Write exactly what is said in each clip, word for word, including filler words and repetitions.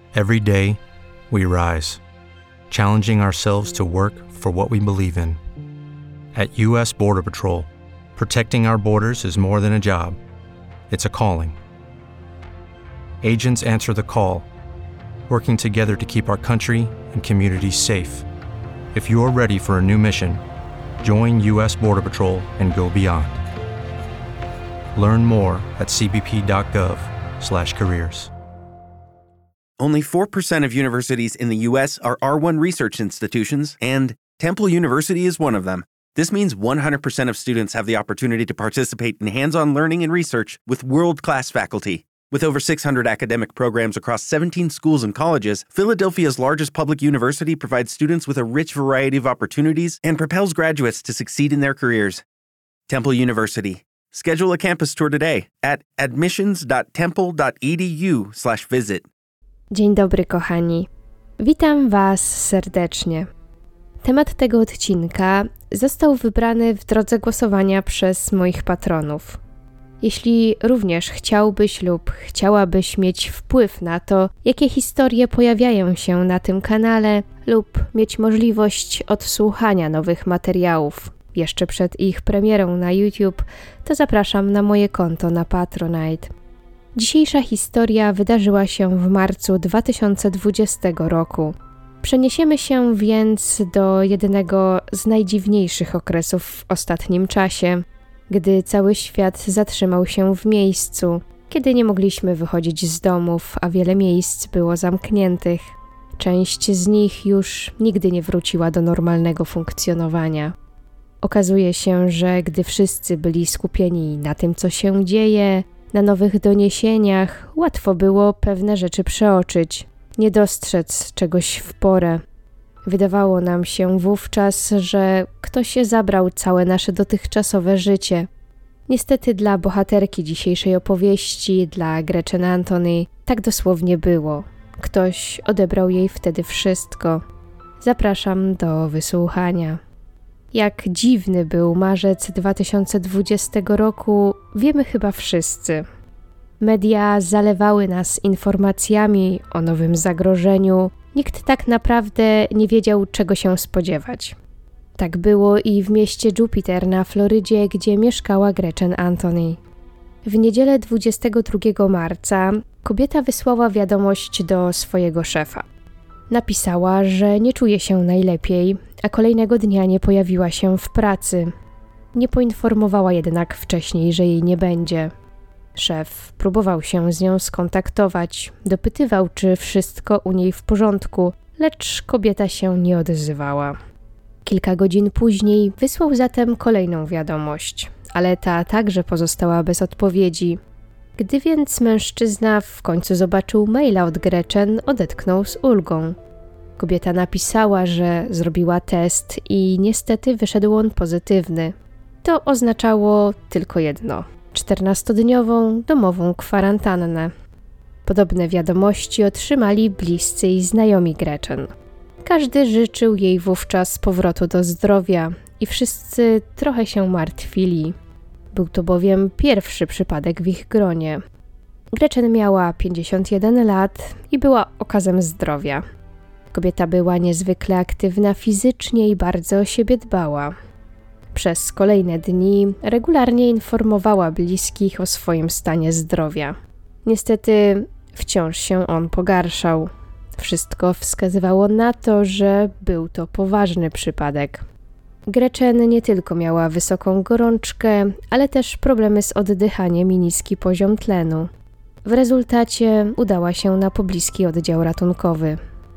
Every day, we rise, challenging ourselves to work for what we believe in. At U S Border Patrol, protecting our borders is more than a job, it's a calling. Agents answer the call, working together to keep our country and communities safe. If you're ready for a new mission, join U S Border Patrol and go beyond. Learn more at cbp.gov slash careers. Only four percent of universities in the U S are R one research institutions, and Temple University is one of them. This means one hundred percent of students have the opportunity to participate in hands-on learning and research with world-class faculty. With over six hundred academic programs across seventeen schools and colleges, Philadelphia's largest public university provides students with a rich variety of opportunities and propels graduates to succeed in their careers. Temple University. Schedule a campus tour today at admissions.temple.edu slash visit. Dzień dobry, kochani. Witam Was serdecznie. Temat tego odcinka został wybrany w drodze głosowania przez moich patronów. Jeśli również chciałbyś lub chciałabyś mieć wpływ na to, jakie historie pojawiają się na tym kanale lub mieć możliwość odsłuchania nowych materiałów jeszcze przed ich premierą na YouTube, to zapraszam na moje konto na Patronite. Dzisiejsza historia wydarzyła się w marcu dwa tysiące dwudziestego roku. Przeniesiemy się więc do jednego z najdziwniejszych okresów w ostatnim czasie, gdy cały świat zatrzymał się w miejscu, kiedy nie mogliśmy wychodzić z domów, a wiele miejsc było zamkniętych. Część z nich już nigdy nie wróciła do normalnego funkcjonowania. Okazuje się, że gdy wszyscy byli skupieni na tym, co się dzieje, na nowych doniesieniach, łatwo było pewne rzeczy przeoczyć, nie dostrzec czegoś w porę. Wydawało nam się wówczas, że ktoś zabrał całe nasze dotychczasowe życie. Niestety dla bohaterki dzisiejszej opowieści, dla Gretchen Anthony, tak dosłownie było. Ktoś odebrał jej wtedy wszystko. Zapraszam do wysłuchania. Jak dziwny był marzec dwa tysiące dwudziestego roku, wiemy chyba wszyscy. Media zalewały nas informacjami o nowym zagrożeniu. Nikt tak naprawdę nie wiedział, czego się spodziewać. Tak było i w mieście Jupiter na Florydzie, gdzie mieszkała Gretchen Anthony. W niedzielę dwudziestego drugiego marca kobieta wysłała wiadomość do swojego szefa. Napisała, że nie czuje się najlepiej, a kolejnego dnia nie pojawiła się w pracy. Nie poinformowała jednak wcześniej, że jej nie będzie. Szef próbował się z nią skontaktować, dopytywał, czy wszystko u niej w porządku, lecz kobieta się nie odzywała. Kilka godzin później wysłał zatem kolejną wiadomość, ale ta także pozostała bez odpowiedzi. Gdy więc mężczyzna w końcu zobaczył maila od Gretchen, odetchnął z ulgą. Kobieta napisała, że zrobiła test i niestety wyszedł on pozytywny. To oznaczało tylko jedno – czternastodniową domową kwarantannę. Podobne wiadomości otrzymali bliscy i znajomi Gretchen. Każdy życzył jej wówczas powrotu do zdrowia i wszyscy trochę się martwili. Był to bowiem pierwszy przypadek w ich gronie. Gretchen miała pięćdziesiąt jeden lat i była okazem zdrowia. Kobieta była niezwykle aktywna fizycznie i bardzo o siebie dbała. Przez kolejne dni regularnie informowała bliskich o swoim stanie zdrowia. Niestety wciąż się on pogarszał. Wszystko wskazywało na to, że był to poważny przypadek. Gretchen nie tylko miała wysoką gorączkę, ale też problemy z oddychaniem i niski poziom tlenu. W rezultacie udała się na pobliski oddział ratunkowy.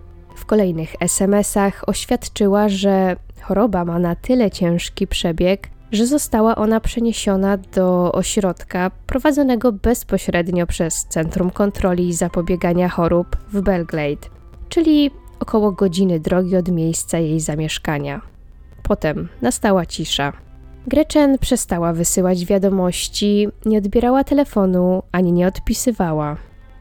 W kolejnych es em esach oświadczyła, że choroba ma na tyle ciężki przebieg, że została ona przeniesiona do ośrodka prowadzonego bezpośrednio przez Centrum Kontroli i Zapobiegania Chorób w Belgrade, czyli około godziny drogi od miejsca jej zamieszkania. Potem nastała cisza. Gretchen przestała wysyłać wiadomości, nie odbierała telefonu ani nie odpisywała.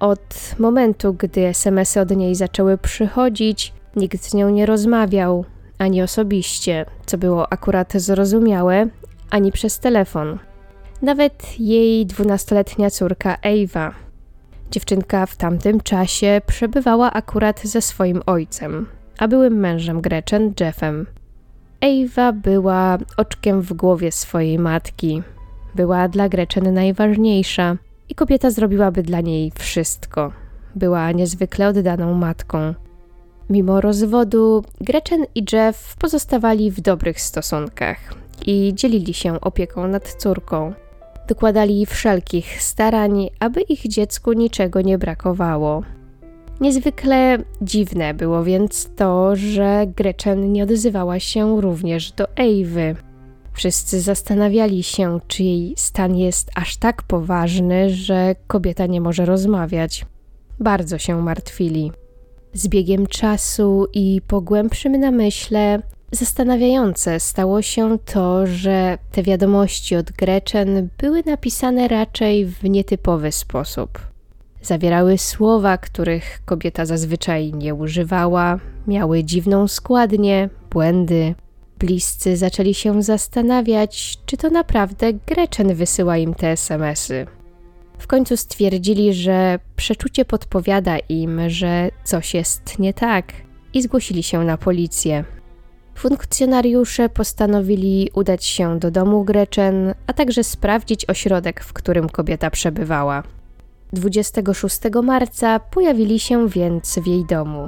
Od momentu, gdy es em esy od niej zaczęły przychodzić, nikt z nią nie rozmawiał, ani osobiście, co było akurat zrozumiałe, ani przez telefon. Nawet jej dwunastoletnia córka Ewa. Dziewczynka w tamtym czasie przebywała akurat ze swoim ojcem, a byłym mężem Gretchen, Jeffem. Ewa była oczkiem w głowie swojej matki. Była dla Gretchen najważniejsza i kobieta zrobiłaby dla niej wszystko. Była niezwykle oddaną matką. Mimo rozwodu, Gretchen i Jeff pozostawali w dobrych stosunkach i dzielili się opieką nad córką. Dokładali wszelkich starań, aby ich dziecku niczego nie brakowało. Niezwykle dziwne było więc to, że Gretchen nie odzywała się również do Ewy. Wszyscy zastanawiali się, czy jej stan jest aż tak poważny, że kobieta nie może rozmawiać. Bardzo się martwili. Z biegiem czasu i po głębszym namyśle zastanawiające stało się to, że te wiadomości od Gretchen były napisane raczej w nietypowy sposób. Zawierały słowa, których kobieta zazwyczaj nie używała, miały dziwną składnię, błędy. Bliscy zaczęli się zastanawiać, czy to naprawdę Gretchen wysyła im te esemesy. W końcu stwierdzili, że przeczucie podpowiada im, że coś jest nie tak i zgłosili się na policję. Funkcjonariusze postanowili udać się do domu Gretchen, a także sprawdzić ośrodek, w którym kobieta przebywała. dwudziestego szóstego marca pojawili się więc w jej domu.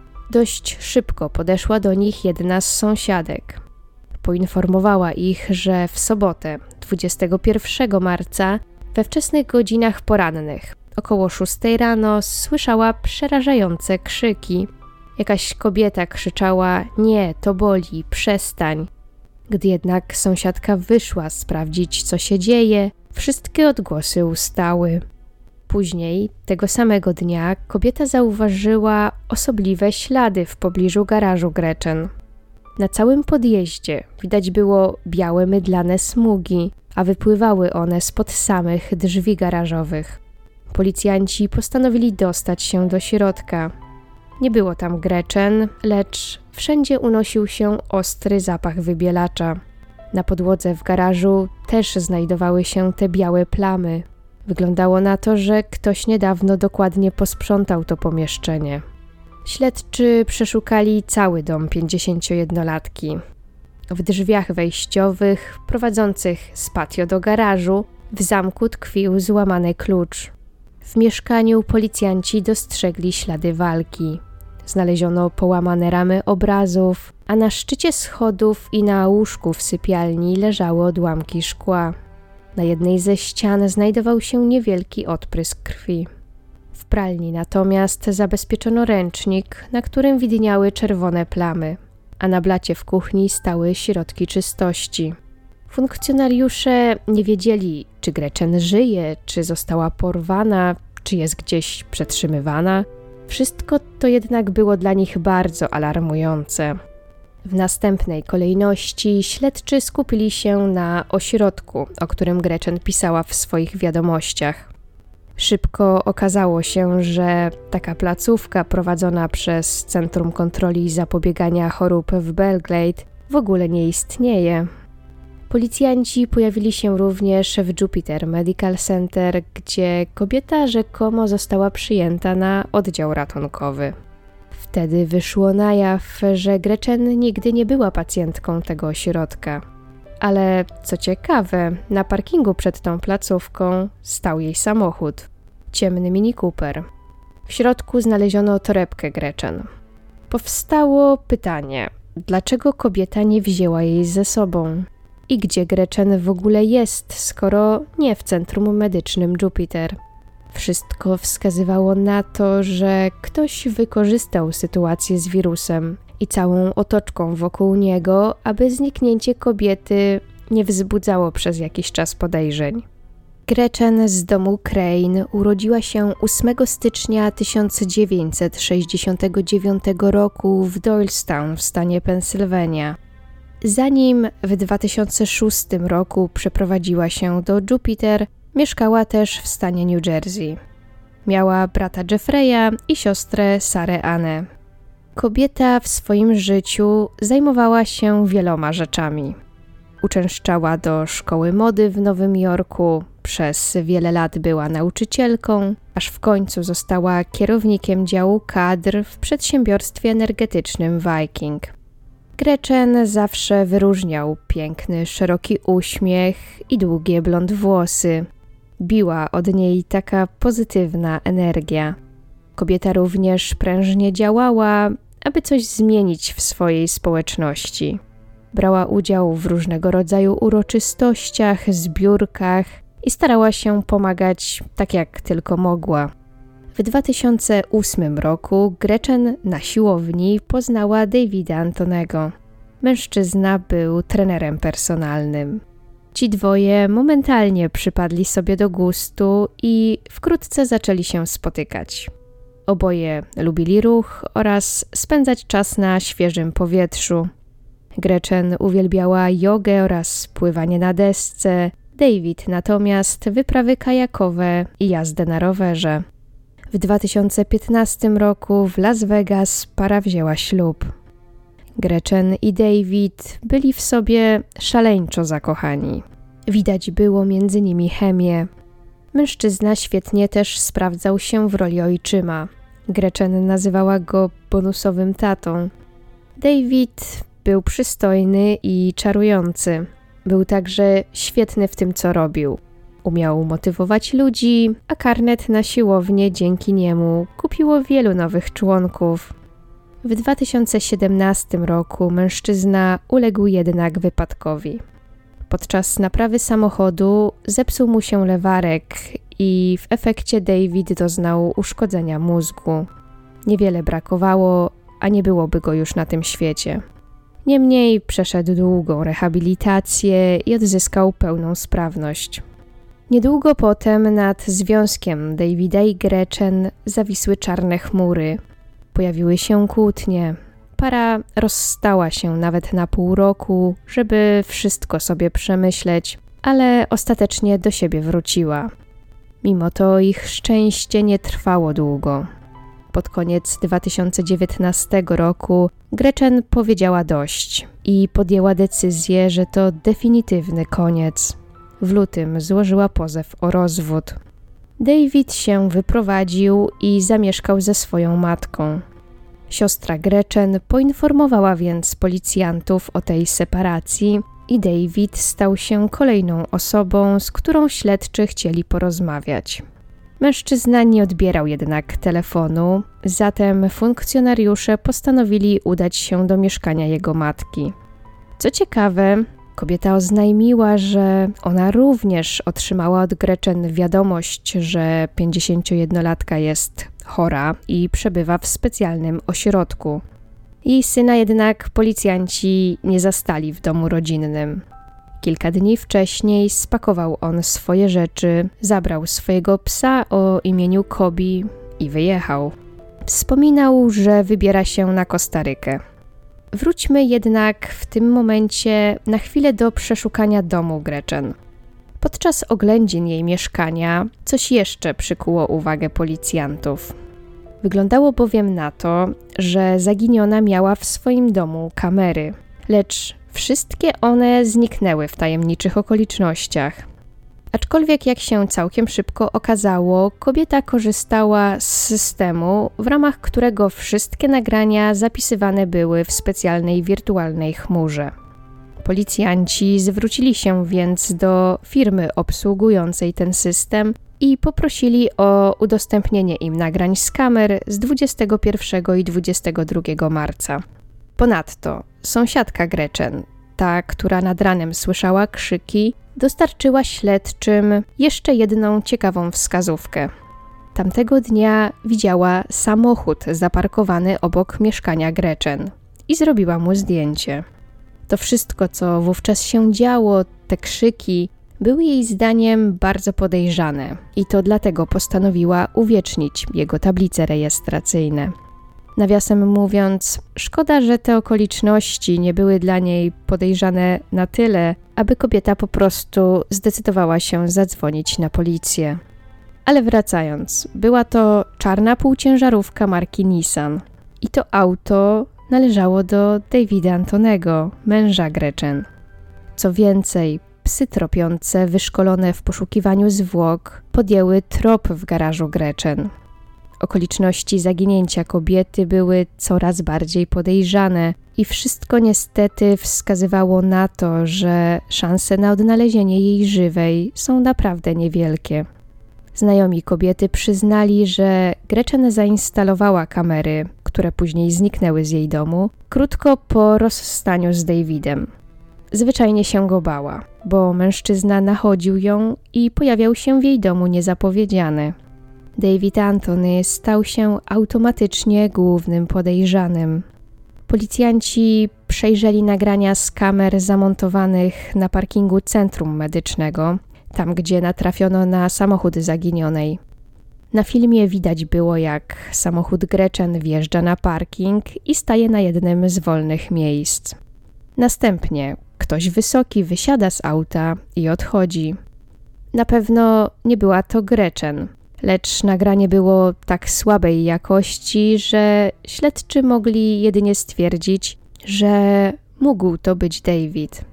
Dość szybko podeszła do nich jedna z sąsiadek. Poinformowała ich, że w sobotę, dwudziestego pierwszego marca, we wczesnych godzinach porannych, około szóstej rano, słyszała przerażające krzyki. Jakaś kobieta krzyczała: nie, to boli, przestań. Gdy jednak sąsiadka wyszła sprawdzić, co się dzieje, wszystkie odgłosy ustały. Później, tego samego dnia, kobieta zauważyła osobliwe ślady w pobliżu garażu Gretchen. Na całym podjeździe widać było białe mydlane smugi, a wypływały one spod samych drzwi garażowych. Policjanci postanowili dostać się do środka. Nie było tam Gretchen, lecz wszędzie unosił się ostry zapach wybielacza. Na podłodze w garażu też znajdowały się te białe plamy. Wyglądało na to, że ktoś niedawno dokładnie posprzątał to pomieszczenie. Śledczy przeszukali cały dom pięćdziesięciojednolatki. W drzwiach wejściowych, prowadzących z patio do garażu, w zamku tkwił złamany klucz. W mieszkaniu policjanci dostrzegli ślady walki. Znaleziono połamane ramy obrazów, a na szczycie schodów i na łóżku w sypialni leżały odłamki szkła. Na jednej ze ścian znajdował się niewielki odprysk krwi. W pralni natomiast zabezpieczono ręcznik, na którym widniały czerwone plamy, a na blacie w kuchni stały środki czystości. Funkcjonariusze nie wiedzieli, czy Gretchen żyje, czy została porwana, czy jest gdzieś przetrzymywana. Wszystko to jednak było dla nich bardzo alarmujące. W następnej kolejności śledczy skupili się na ośrodku, o którym Gretchen pisała w swoich wiadomościach. Szybko okazało się, że taka placówka prowadzona przez Centrum Kontroli i Zapobiegania Chorób w Belgrade w ogóle nie istnieje. Policjanci pojawili się również w Jupiter Medical Center, gdzie kobieta rzekomo została przyjęta na oddział ratunkowy. Wtedy wyszło na jaw, że Gretchen nigdy nie była pacjentką tego ośrodka. Ale co ciekawe, na parkingu przed tą placówką stał jej samochód. Ciemny Mini Cooper. W środku znaleziono torebkę Gretchen. Powstało pytanie, dlaczego kobieta nie wzięła jej ze sobą? I gdzie Gretchen w ogóle jest, skoro nie w centrum medycznym Jupiter? Wszystko wskazywało na to, że ktoś wykorzystał sytuację z wirusem i całą otoczką wokół niego, aby zniknięcie kobiety nie wzbudzało przez jakiś czas podejrzeń. Gretchen z domu Crane urodziła się ósmego stycznia tysiąc dziewięćset sześćdziesiątego dziewiątego roku w Doylestown w stanie Pensylwania. Zanim w dwa tysiące szóstym roku przeprowadziła się do Jupiter, mieszkała też w stanie New Jersey. Miała brata Jeffreya i siostrę Sarę Annę. Kobieta w swoim życiu zajmowała się wieloma rzeczami. Uczęszczała do szkoły mody w Nowym Jorku, Przez wiele lat była nauczycielką, aż w końcu została kierownikiem działu kadr w przedsiębiorstwie energetycznym Viking. Gretchen zawsze wyróżniał piękny, szeroki uśmiech i długie blond włosy. Biła od niej taka pozytywna energia. Kobieta również prężnie działała, aby coś zmienić w swojej społeczności. Brała udział w różnego rodzaju uroczystościach, zbiórkach i starała się pomagać tak jak tylko mogła. W dwa tysiące ósmym roku Gretchen na siłowni poznała Davida Antonego. Mężczyzna był trenerem personalnym. Ci dwoje momentalnie przypadli sobie do gustu i wkrótce zaczęli się spotykać. Oboje lubili ruch oraz spędzać czas na świeżym powietrzu. Gretchen uwielbiała jogę oraz pływanie na desce, David natomiast wyprawy kajakowe i jazdę na rowerze. W dwa tysiące piętnastym roku w Las Vegas para wzięła ślub. Gretchen i David byli w sobie szaleńczo zakochani. Widać było między nimi chemię. Mężczyzna świetnie też sprawdzał się w roli ojczyma. Gretchen nazywała go bonusowym tatą. David był przystojny i czarujący. Był także świetny w tym, co robił. Umiał motywować ludzi, a karnet na siłownię dzięki niemu kupiło wielu nowych członków. W dwa tysiące siedemnastym roku mężczyzna uległ jednak wypadkowi. Podczas naprawy samochodu zepsuł mu się lewarek i w efekcie David doznał uszkodzenia mózgu. Niewiele brakowało, a nie byłoby go już na tym świecie. Niemniej przeszedł długą rehabilitację i odzyskał pełną sprawność. Niedługo potem nad związkiem Davida i Gretchen zawisły czarne chmury. Pojawiły się kłótnie. Para rozstała się nawet na pół roku, żeby wszystko sobie przemyśleć, ale ostatecznie do siebie wróciła. Mimo to ich szczęście nie trwało długo. Pod koniec dwa tysiące dziewiętnastego roku Gretchen powiedziała dość i podjęła decyzję, że to definitywny koniec. W lutym złożyła pozew o rozwód. David się wyprowadził i zamieszkał ze swoją matką. Siostra Gretchen poinformowała więc policjantów o tej separacji i David stał się kolejną osobą, z którą śledczy chcieli porozmawiać. Mężczyzna nie odbierał jednak telefonu, zatem funkcjonariusze postanowili udać się do mieszkania jego matki. Co ciekawe, kobieta oznajmiła, że ona również otrzymała od Gretchen wiadomość, że pięćdziesięciojednolatka jest chora i przebywa w specjalnym ośrodku. Jej syna jednak policjanci nie zastali w domu rodzinnym. Kilka dni wcześniej spakował on swoje rzeczy, zabrał swojego psa o imieniu Kobi i wyjechał. Wspominał, że wybiera się na Kostarykę. Wróćmy jednak w tym momencie na chwilę do przeszukania domu Gretchen. Podczas oględzin jej mieszkania coś jeszcze przykuło uwagę policjantów. Wyglądało bowiem na to, że zaginiona miała w swoim domu kamery, lecz wszystkie one zniknęły w tajemniczych okolicznościach. Aczkolwiek, jak się całkiem szybko okazało, kobieta korzystała z systemu, w ramach którego wszystkie nagrania zapisywane były w specjalnej wirtualnej chmurze. Policjanci zwrócili się więc do firmy obsługującej ten system i poprosili o udostępnienie im nagrań z kamer z dwudziestego pierwszego i dwudziestego drugiego marca. Ponadto sąsiadka Gretchen, ta, która nad ranem słyszała krzyki, dostarczyła śledczym jeszcze jedną ciekawą wskazówkę. Tamtego dnia widziała samochód zaparkowany obok mieszkania Gretchen i zrobiła mu zdjęcie. To wszystko, co wówczas się działo, te krzyki, były jej zdaniem bardzo podejrzane i to dlatego postanowiła uwiecznić jego tablice rejestracyjne. Nawiasem mówiąc, szkoda, że te okoliczności nie były dla niej podejrzane na tyle, aby kobieta po prostu zdecydowała się zadzwonić na policję. Ale wracając, była to czarna półciężarówka marki Nissan i to auto należało do Davida Antonego, męża Gretchen. Co więcej, psy tropiące, wyszkolone w poszukiwaniu zwłok, podjęły trop w garażu Gretchen. Okoliczności zaginięcia kobiety były coraz bardziej podejrzane i wszystko niestety wskazywało na to, że szanse na odnalezienie jej żywej są naprawdę niewielkie. Znajomi kobiety przyznali, że Gretchen zainstalowała kamery, które później zniknęły z jej domu, krótko po rozstaniu z Davidem. Zwyczajnie się go bała, bo mężczyzna nachodził ją i pojawiał się w jej domu niezapowiedziany. David Anthony stał się automatycznie głównym podejrzanym. Policjanci przejrzeli nagrania z kamer zamontowanych na parkingu centrum medycznego, tam gdzie natrafiono na samochód zaginionej. Na filmie widać było, jak samochód Gretchen wjeżdża na parking i staje na jednym z wolnych miejsc. Następnie ktoś wysoki wysiada z auta i odchodzi. Na pewno nie była to Gretchen, lecz nagranie było tak słabej jakości, że śledczy mogli jedynie stwierdzić, że mógł to być David.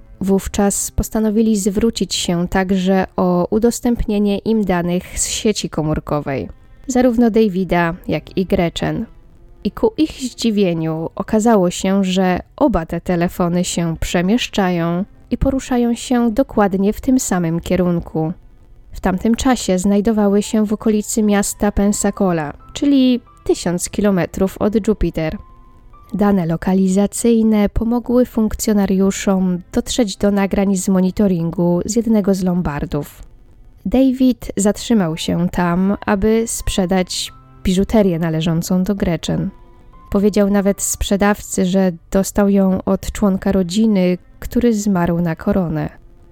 Wówczas postanowili zwrócić się także o udostępnienie im danych z sieci komórkowej, zarówno Davida, jak i Gretchen. I ku ich zdziwieniu okazało się, że oba te telefony się przemieszczają i poruszają się dokładnie w tym samym kierunku. W tamtym czasie znajdowały się w okolicy miasta Pensacola, czyli tysiąc kilometrów od Jupiter. Dane lokalizacyjne pomogły funkcjonariuszom dotrzeć do nagrań z monitoringu z jednego z lombardów. David zatrzymał się tam, aby sprzedać biżuterię należącą do Gretchen. Powiedział nawet sprzedawcy, że dostał ją od członka rodziny, który zmarł na koronę.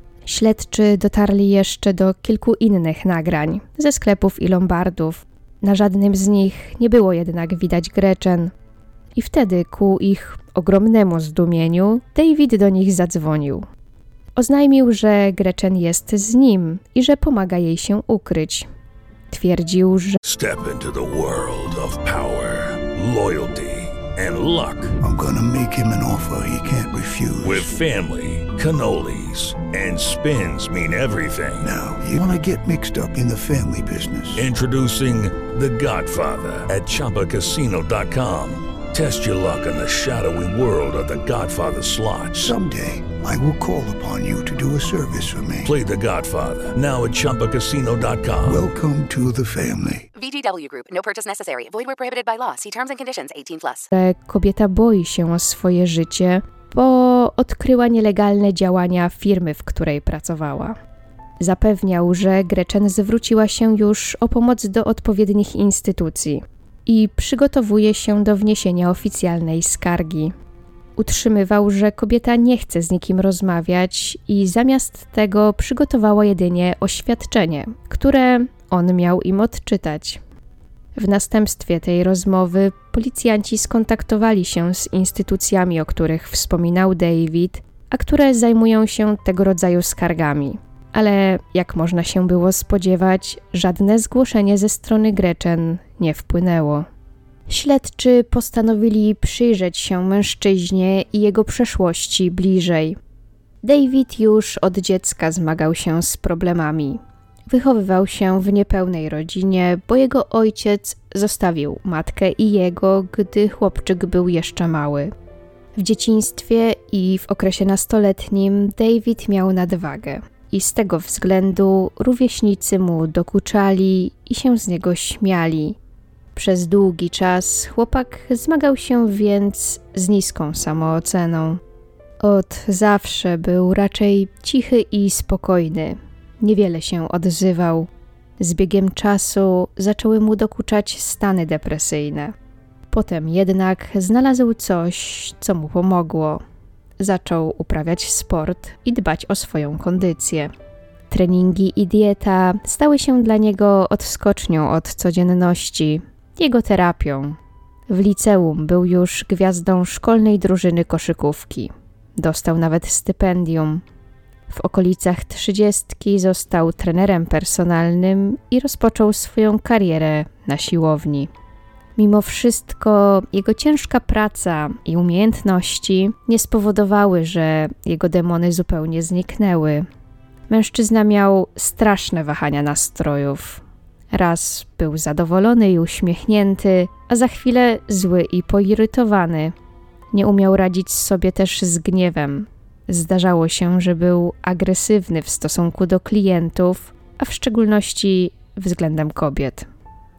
Śledczy dotarli jeszcze do kilku innych nagrań ze sklepów i lombardów. Na żadnym z nich nie było jednak widać Gretchen. I wtedy ku ich ogromnemu zdumieniu David do nich zadzwonił. Oznajmił, że Gretchen jest z nim i że pomaga jej się ukryć. Twierdził, że Step into the world of power, loyalty and luck. I'm gonna make him an offer he can't refuse. With family, cannolis and spins mean everything. Now, you wanna get mixed up in the family business. Introducing The Godfather at Chumba Casino dot com. Test your luck in the shadowy world of The Godfather slot. Someday, I will call upon you to do a service for me. Play The Godfather now at Chumba Casino dot com. Welcome to the family. V G W Group. No purchase necessary. Void where prohibited by law. See terms and conditions. eighteen plus. kobieta boi się o swoje życie, bo odkryła nielegalne działania firmy, w której pracowała. Zapewniał, że Gretchen zwróciła się już o pomoc do odpowiednich instytucji i przygotowuje się do wniesienia oficjalnej skargi. Utrzymywał, że kobieta nie chce z nikim rozmawiać i zamiast tego przygotowała jedynie oświadczenie, które on miał im odczytać. W następstwie tej rozmowy policjanci skontaktowali się z instytucjami, o których wspominał David, a które zajmują się tego rodzaju skargami. Ale jak można się było spodziewać, żadne zgłoszenie ze strony Gretchen nie wpłynęło. Śledczy postanowili przyjrzeć się mężczyźnie i jego przeszłości bliżej. David już od dziecka zmagał się z problemami. Wychowywał się w niepełnej rodzinie, bo jego ojciec zostawił matkę i jego, gdy chłopczyk był jeszcze mały. W dzieciństwie i w okresie nastoletnim David miał nadwagę i z tego względu rówieśnicy mu dokuczali i się z niego śmiali. Przez długi czas chłopak zmagał się więc z niską samooceną. Od zawsze był raczej cichy i spokojny. Niewiele się odzywał. Z biegiem czasu zaczęły mu dokuczać stany depresyjne. Potem jednak znalazł coś, co mu pomogło. Zaczął uprawiać sport i dbać o swoją kondycję. Treningi i dieta stały się dla niego odskocznią od codzienności, jego terapią. W liceum był już gwiazdą szkolnej drużyny koszykówki. Dostał nawet stypendium. W okolicach trzydziestki został trenerem personalnym i rozpoczął swoją karierę na siłowni. Mimo wszystko jego ciężka praca i umiejętności nie spowodowały, że jego demony zupełnie zniknęły. Mężczyzna miał straszne wahania nastrojów. Raz był zadowolony i uśmiechnięty, a za chwilę zły i poirytowany. Nie umiał radzić sobie też z gniewem. Zdarzało się, że był agresywny w stosunku do klientów, a w szczególności względem kobiet.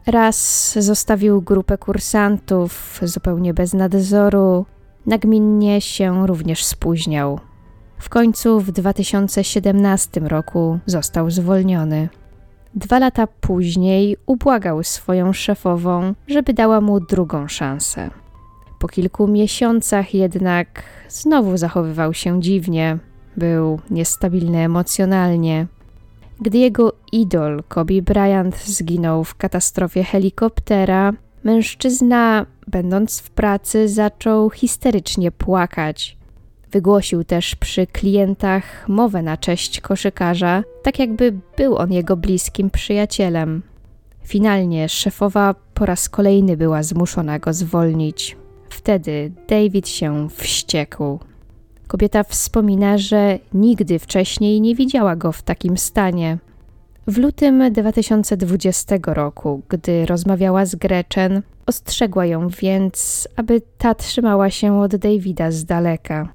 Raz zostawił grupę kursantów zupełnie bez nadzoru, nagminnie się również spóźniał. W końcu w dwa tysiące siedemnastym roku został zwolniony. Dwa lata później ubłagał swoją szefową, żeby dała mu drugą szansę. Po kilku miesiącach jednak znowu zachowywał się dziwnie, był niestabilny emocjonalnie. Gdy jego idol Kobe Bryant zginął w katastrofie helikoptera, mężczyzna, będąc w pracy, zaczął histerycznie płakać. Wygłosił też przy klientach mowę na cześć koszykarza, tak jakby był on jego bliskim przyjacielem. Finalnie szefowa po raz kolejny była zmuszona go zwolnić. Wtedy David się wściekł. Kobieta wspomina, że nigdy wcześniej nie widziała go w takim stanie. W lutym dwa tysiące dwudziestego roku, gdy rozmawiała z Gretchen, ostrzegła ją więc, aby ta trzymała się od Davida z daleka.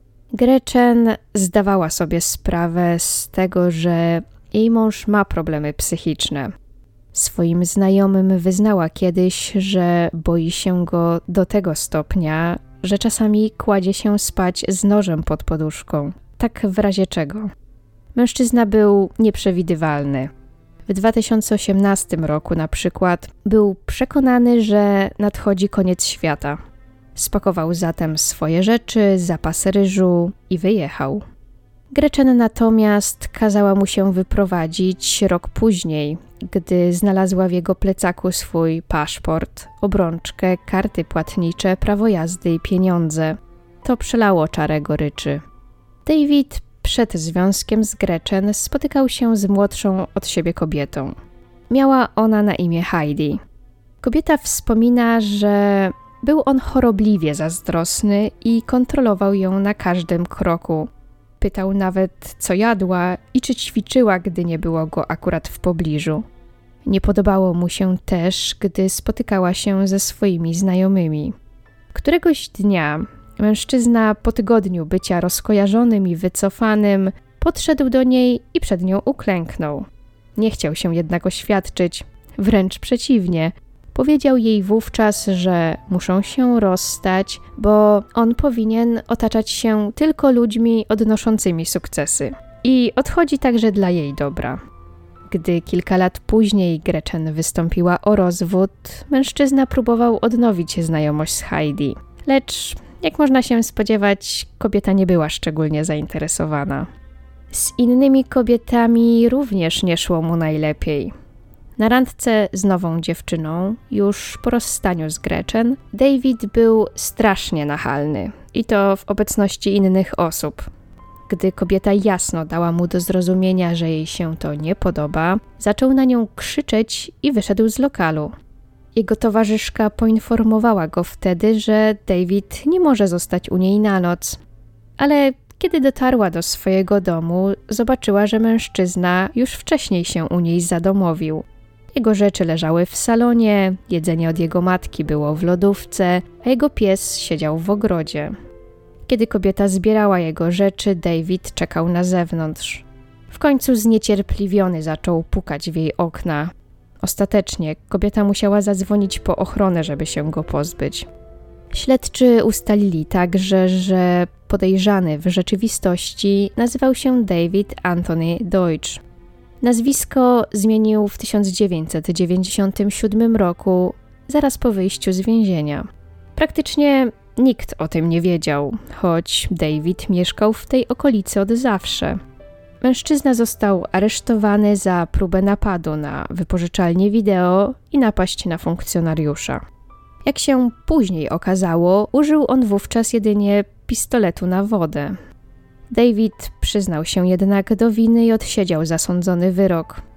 Gretchen zdawała sobie sprawę z tego, że jej mąż ma problemy psychiczne. Swoim znajomym wyznała kiedyś, że boi się go do tego stopnia, że czasami kładzie się spać z nożem pod poduszką, tak w razie czego. Mężczyzna był nieprzewidywalny. W dwa tysiące osiemnastym roku na przykład był przekonany, że nadchodzi koniec świata. Spakował zatem swoje rzeczy, zapas ryżu i wyjechał. Gretchen natomiast kazała mu się wyprowadzić rok później, gdy znalazła w jego plecaku swój paszport, obrączkę, karty płatnicze, prawo jazdy i pieniądze. To przelało czarę goryczy. David przed związkiem z Gretchen spotykał się z młodszą od siebie kobietą. Miała ona na imię Heidi. Kobieta wspomina, że był on chorobliwie zazdrosny i kontrolował ją na każdym kroku. Pytał nawet, co jadła i czy ćwiczyła, gdy nie było go akurat w pobliżu. Nie podobało mu się też, gdy spotykała się ze swoimi znajomymi. Któregoś dnia mężczyzna po tygodniu bycia rozkojarzonym i wycofanym podszedł do niej i przed nią uklęknął. Nie chciał się jednak oświadczyć, wręcz przeciwnie. Powiedział jej wówczas, że muszą się rozstać, bo on powinien otaczać się tylko ludźmi odnoszącymi sukcesy. I odchodzi także dla jej dobra. Gdy kilka lat później Gretchen wystąpiła o rozwód, mężczyzna próbował odnowić znajomość z Heidi. Lecz, jak można się spodziewać, kobieta nie była szczególnie zainteresowana. Z innymi kobietami również nie szło mu najlepiej. Na randce z nową dziewczyną, już po rozstaniu z Gretchen, David był strasznie nachalny i to w obecności innych osób. Gdy kobieta jasno dała mu do zrozumienia, że jej się to nie podoba, zaczął na nią krzyczeć i wyszedł z lokalu. Jego towarzyszka poinformowała go wtedy, że David nie może zostać u niej na noc. Ale kiedy dotarła do swojego domu, zobaczyła, że mężczyzna już wcześniej się u niej zadomowił. Jego rzeczy leżały w salonie, jedzenie od jego matki było w lodówce, a jego pies siedział w ogrodzie. Kiedy kobieta zbierała jego rzeczy, David czekał na zewnątrz. W końcu zniecierpliwiony zaczął pukać w jej okna. Ostatecznie kobieta musiała zadzwonić po ochronę, żeby się go pozbyć. Śledczy ustalili także, że podejrzany w rzeczywistości nazywał się David Anthony Deutsch. Nazwisko zmienił w tysiąc dziewięćset dziewięćdziesiątym siódmym roku, zaraz po wyjściu z więzienia. Praktycznie nikt o tym nie wiedział, choć David mieszkał w tej okolicy od zawsze. Mężczyzna został aresztowany za próbę napadu na wypożyczalnię wideo i napaść na funkcjonariusza. Jak się później okazało, użył on wówczas jedynie pistoletu na wodę. David przyznał się jednak do winy i odsiedział zasądzony wyrok.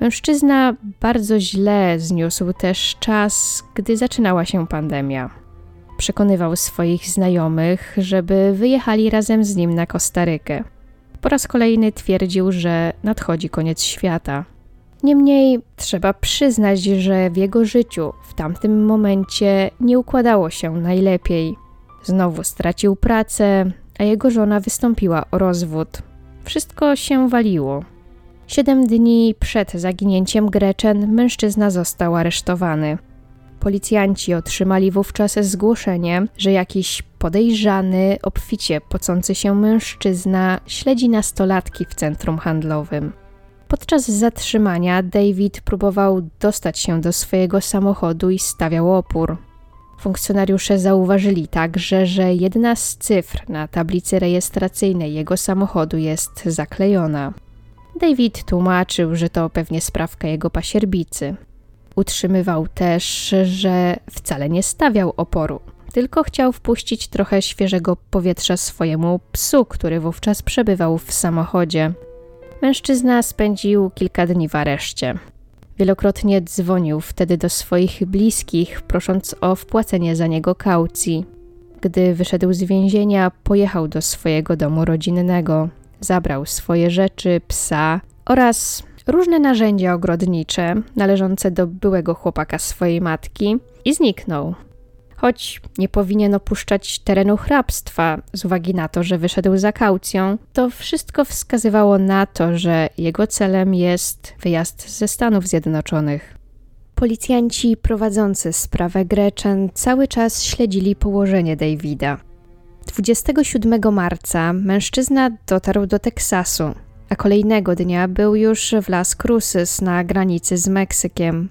Mężczyzna bardzo źle zniósł też czas, gdy zaczynała się pandemia. Przekonywał swoich znajomych, żeby wyjechali razem z nim na Kostarykę. Po raz kolejny twierdził, że nadchodzi koniec świata. Niemniej trzeba przyznać, że w jego życiu w tamtym momencie nie układało się najlepiej. Znowu stracił pracę, a jego żona wystąpiła o rozwód. Wszystko się waliło. Siedem dni przed zaginięciem Gretchen mężczyzna został aresztowany. Policjanci otrzymali wówczas zgłoszenie, że jakiś podejrzany, obficie pocący się mężczyzna śledzi nastolatki w centrum handlowym. Podczas zatrzymania David próbował dostać się do swojego samochodu i stawiał opór. Funkcjonariusze zauważyli także, że jedna z cyfr na tablicy rejestracyjnej jego samochodu jest zaklejona. David tłumaczył, że to pewnie sprawka jego pasierbicy. Utrzymywał też, że wcale nie stawiał oporu, tylko chciał wpuścić trochę świeżego powietrza swojemu psu, który wówczas przebywał w samochodzie. Mężczyzna spędził kilka dni w areszcie. Wielokrotnie dzwonił wtedy do swoich bliskich, prosząc o wpłacenie za niego kaucji. Gdy wyszedł z więzienia, pojechał do swojego domu rodzinnego. Zabrał swoje rzeczy, psa oraz różne narzędzia ogrodnicze należące do byłego chłopaka swojej matki i zniknął. Choć nie powinien opuszczać terenu hrabstwa z uwagi na to, że wyszedł za kaucją, to wszystko wskazywało na to, że jego celem jest wyjazd ze Stanów Zjednoczonych. Policjanci prowadzący sprawę Gretchen cały czas śledzili położenie Davida. dwudziestego siódmego marca mężczyzna dotarł do Teksasu, a kolejnego dnia był już w Las Cruces na granicy z Meksykiem.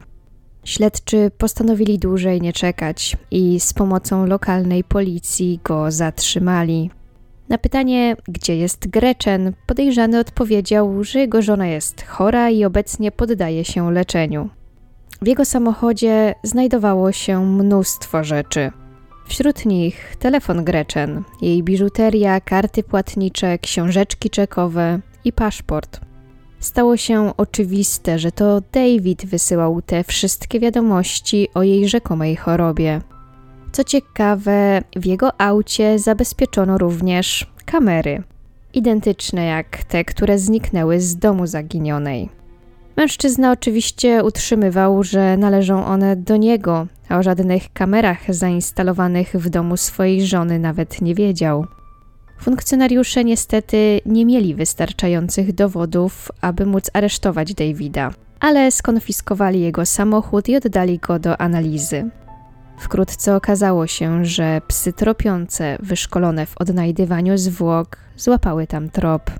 Śledczy postanowili dłużej nie czekać i z pomocą lokalnej policji go zatrzymali. Na pytanie, gdzie jest Gretchen, podejrzany odpowiedział, że jego żona jest chora i obecnie poddaje się leczeniu. W jego samochodzie znajdowało się mnóstwo rzeczy. Wśród nich telefon Gretchen, jej biżuteria, karty płatnicze, książeczki czekowe i paszport. Stało się oczywiste, że to David wysyłał te wszystkie wiadomości o jej rzekomej chorobie. Co ciekawe, w jego aucie zabezpieczono również kamery, identyczne jak te, które zniknęły z domu zaginionej. Mężczyzna oczywiście utrzymywał, że należą one do niego, a o żadnych kamerach zainstalowanych w domu swojej żony nawet nie wiedział. Funkcjonariusze niestety nie mieli wystarczających dowodów, aby móc aresztować Davida, ale skonfiskowali jego samochód i oddali go do analizy. Wkrótce okazało się, że psy tropiące, wyszkolone w odnajdywaniu zwłok, złapały tam trop.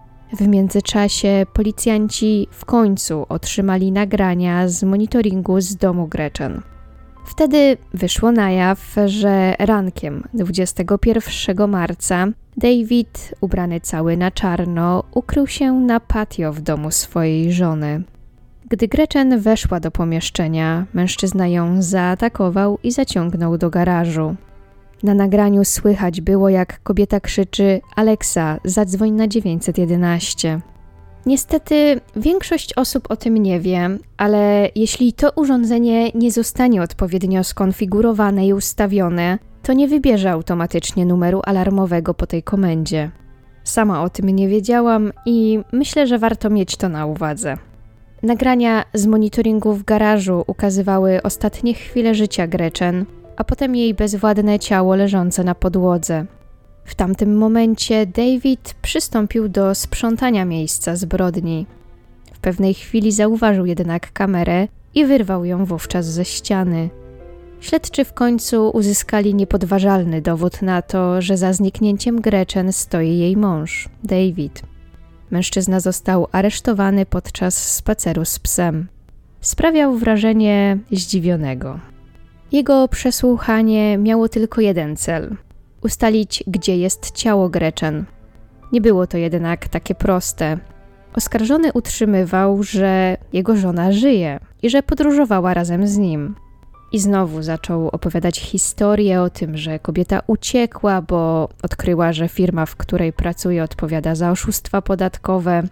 W międzyczasie policjanci w końcu otrzymali nagrania z monitoringu z domu Gretchen. Wtedy wyszło na jaw, że rankiem dwudziestego pierwszego marca David, ubrany cały na czarno, ukrył się na patio w domu swojej żony. Gdy Gretchen weszła do pomieszczenia, mężczyzna ją zaatakował i zaciągnął do garażu. Na nagraniu słychać było, jak kobieta krzyczy: Alexa, zadzwoń na dziewięćset jedenaście. Niestety większość osób o tym nie wie, ale jeśli to urządzenie nie zostanie odpowiednio skonfigurowane i ustawione, to nie wybierze automatycznie numeru alarmowego po tej komendzie. Sama o tym nie wiedziałam i myślę, że warto mieć to na uwadze. Nagrania z monitoringu w garażu ukazywały ostatnie chwile życia Gretchen, a potem jej bezwładne ciało leżące na podłodze. W tamtym momencie David przystąpił do sprzątania miejsca zbrodni. W pewnej chwili zauważył jednak kamerę i wyrwał ją wówczas ze ściany. Śledczy w końcu uzyskali niepodważalny dowód na to, że za zniknięciem Gretchen stoi jej mąż, David. Mężczyzna został aresztowany podczas spaceru z psem. Sprawiał wrażenie zdziwionego. Jego przesłuchanie miało tylko jeden cel – ustalić, gdzie jest ciało Gretchen. Nie było to jednak takie proste. Oskarżony utrzymywał, że jego żona żyje i że podróżowała razem z nim. I znowu zaczął opowiadać historię o tym, że kobieta uciekła, bo odkryła, że firma, w której pracuje, odpowiada za oszustwa podatkowe.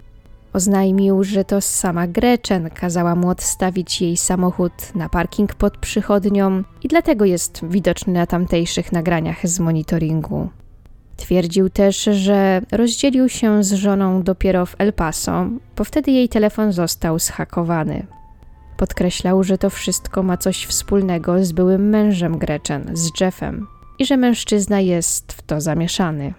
Oznajmił, że to sama Gretchen kazała mu odstawić jej samochód na parking pod przychodnią i dlatego jest widoczny na tamtejszych nagraniach z monitoringu. Twierdził też, że rozdzielił się z żoną dopiero w El Paso, bo wtedy jej telefon został zhakowany. Podkreślał, że to wszystko ma coś wspólnego z byłym mężem Gretchen, z Jeffem, i że mężczyzna jest w to zamieszany.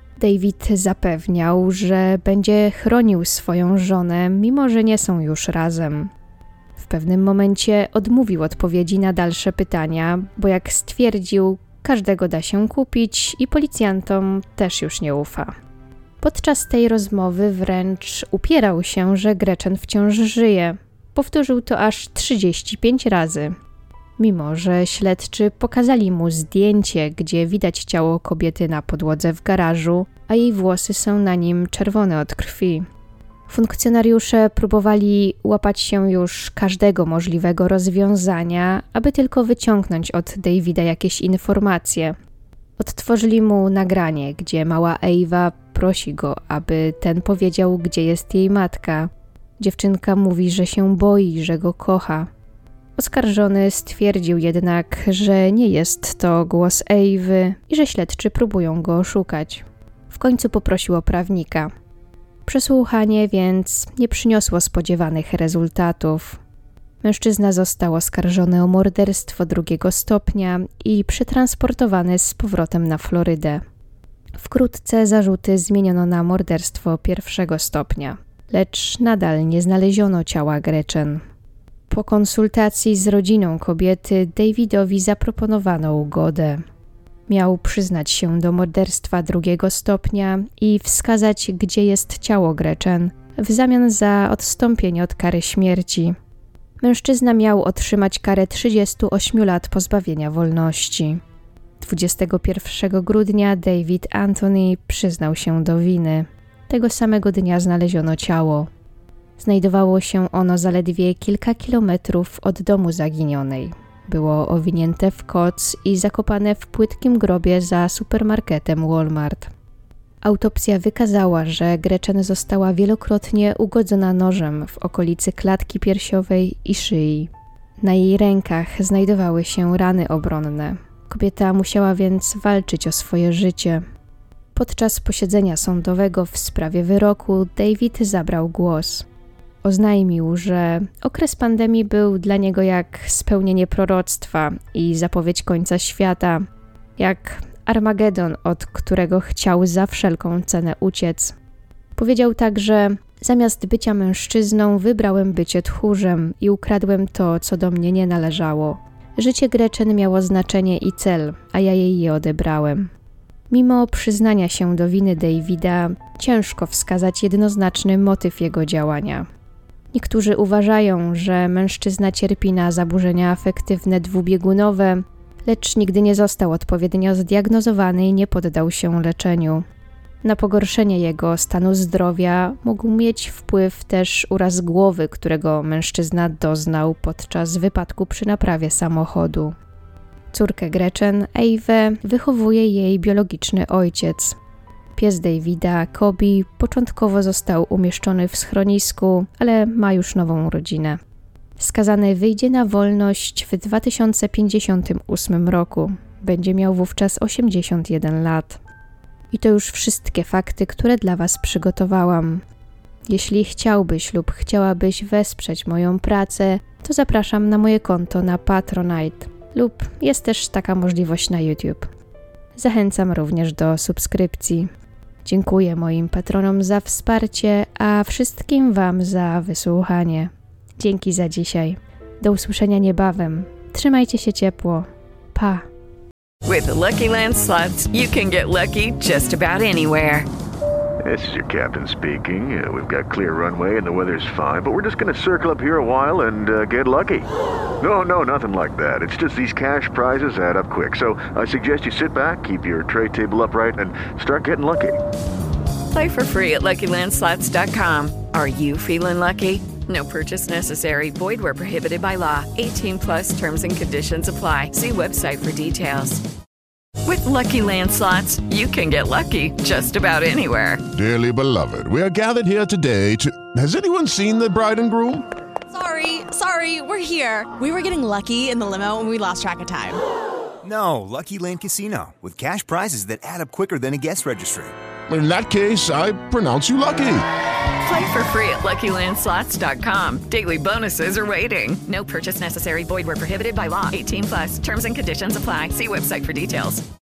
David zapewniał, że będzie chronił swoją żonę, mimo że nie są już razem. W pewnym momencie odmówił odpowiedzi na dalsze pytania, bo jak stwierdził, każdego da się kupić i policjantom też już nie ufa. Podczas tej rozmowy wręcz upierał się, że Gretchen wciąż żyje. Powtórzył to aż trzydzieści pięć razy. Mimo że śledczy pokazali mu zdjęcie, gdzie widać ciało kobiety na podłodze w garażu, a jej włosy są na nim czerwone od krwi. Funkcjonariusze próbowali łapać się już każdego możliwego rozwiązania, aby tylko wyciągnąć od Davida jakieś informacje. Odtworzyli mu nagranie, gdzie mała Ewa prosi go, aby ten powiedział, gdzie jest jej matka. Dziewczynka mówi, że się boi, że go kocha. Oskarżony stwierdził jednak, że nie jest to głos Ewy i że śledczy próbują go oszukać. W końcu poprosił o prawnika. Przesłuchanie więc nie przyniosło spodziewanych rezultatów. Mężczyzna został oskarżony o morderstwo drugiego stopnia i przetransportowany z powrotem na Florydę. Wkrótce zarzuty zmieniono na morderstwo pierwszego stopnia, lecz nadal nie znaleziono ciała Gretchen. Po konsultacji z rodziną kobiety Davidowi zaproponowano ugodę. Miał przyznać się do morderstwa drugiego stopnia i wskazać, gdzie jest ciało Gretchen, w zamian za odstąpienie od kary śmierci. Mężczyzna miał otrzymać karę trzydziestu ośmiu lat pozbawienia wolności. dwudziestego pierwszego grudnia David Anthony przyznał się do winy. Tego samego dnia znaleziono ciało. Znajdowało się ono zaledwie kilka kilometrów od domu zaginionej. Było owinięte w koc i zakopane w płytkim grobie za supermarketem Walmart. Autopsja wykazała, że Gretchen została wielokrotnie ugodzona nożem w okolicy klatki piersiowej i szyi. Na jej rękach znajdowały się rany obronne. Kobieta musiała więc walczyć o swoje życie. Podczas posiedzenia sądowego w sprawie wyroku David zabrał głos. Oznajmił, że okres pandemii był dla niego jak spełnienie proroctwa i zapowiedź końca świata, jak Armagedon, od którego chciał za wszelką cenę uciec. Powiedział także: zamiast bycia mężczyzną wybrałem bycie tchórzem i ukradłem to, co do mnie nie należało. Życie Gretchen miało znaczenie i cel, a ja jej je odebrałem. Mimo przyznania się do winy Davida, ciężko wskazać jednoznaczny motyw jego działania. Niektórzy uważają, że mężczyzna cierpi na zaburzenia afektywne dwubiegunowe, lecz nigdy nie został odpowiednio zdiagnozowany i nie poddał się leczeniu. Na pogorszenie jego stanu zdrowia mógł mieć wpływ też uraz głowy, którego mężczyzna doznał podczas wypadku przy naprawie samochodu. Córkę Gretchen, Ewę, wychowuje jej biologiczny ojciec. Pies Davida, Kobe, początkowo został umieszczony w schronisku, ale ma już nową rodzinę. Skazany wyjdzie na wolność w dwa tysiące pięćdziesiątym ósmym roku. Będzie miał wówczas osiemdziesiąt jeden lat. I to już wszystkie fakty, które dla Was przygotowałam. Jeśli chciałbyś lub chciałabyś wesprzeć moją pracę, to zapraszam na moje konto na Patronite lub jest też taka możliwość na YouTube. Zachęcam również do subskrypcji. Dziękuję moim patronom za wsparcie, a wszystkim Wam za wysłuchanie. Dzięki za dzisiaj. Do usłyszenia niebawem. Trzymajcie się ciepło. Pa! With the Lucky Land Slots, you can get lucky just about anywhere. This is your captain speaking. Uh, we've got clear runway and the weather's fine, but we're just going to circle up here a while and uh, get lucky. No, no, nothing like that. It's just these cash prizes add up quick. So I suggest you sit back, keep your tray table upright, and start getting lucky. Play for free at Lucky Land Slots dot com. Are you feeling lucky? No purchase necessary. Void where prohibited by law. eighteen plus terms and conditions apply. See website for details. With Lucky Land Slots, you can get lucky just about anywhere. Dearly beloved, we are gathered here today to... Has anyone seen the bride and groom? Sorry, sorry, we're here. We were getting lucky in the limo and we lost track of time. No, Lucky Land Casino, with cash prizes that add up quicker than a guest registry. In that case, I pronounce you lucky. Play for free at Lucky Land Slots dot com. Daily bonuses are waiting. No purchase necessary. Void where prohibited by law. eighteen plus. Terms and conditions apply. See website for details.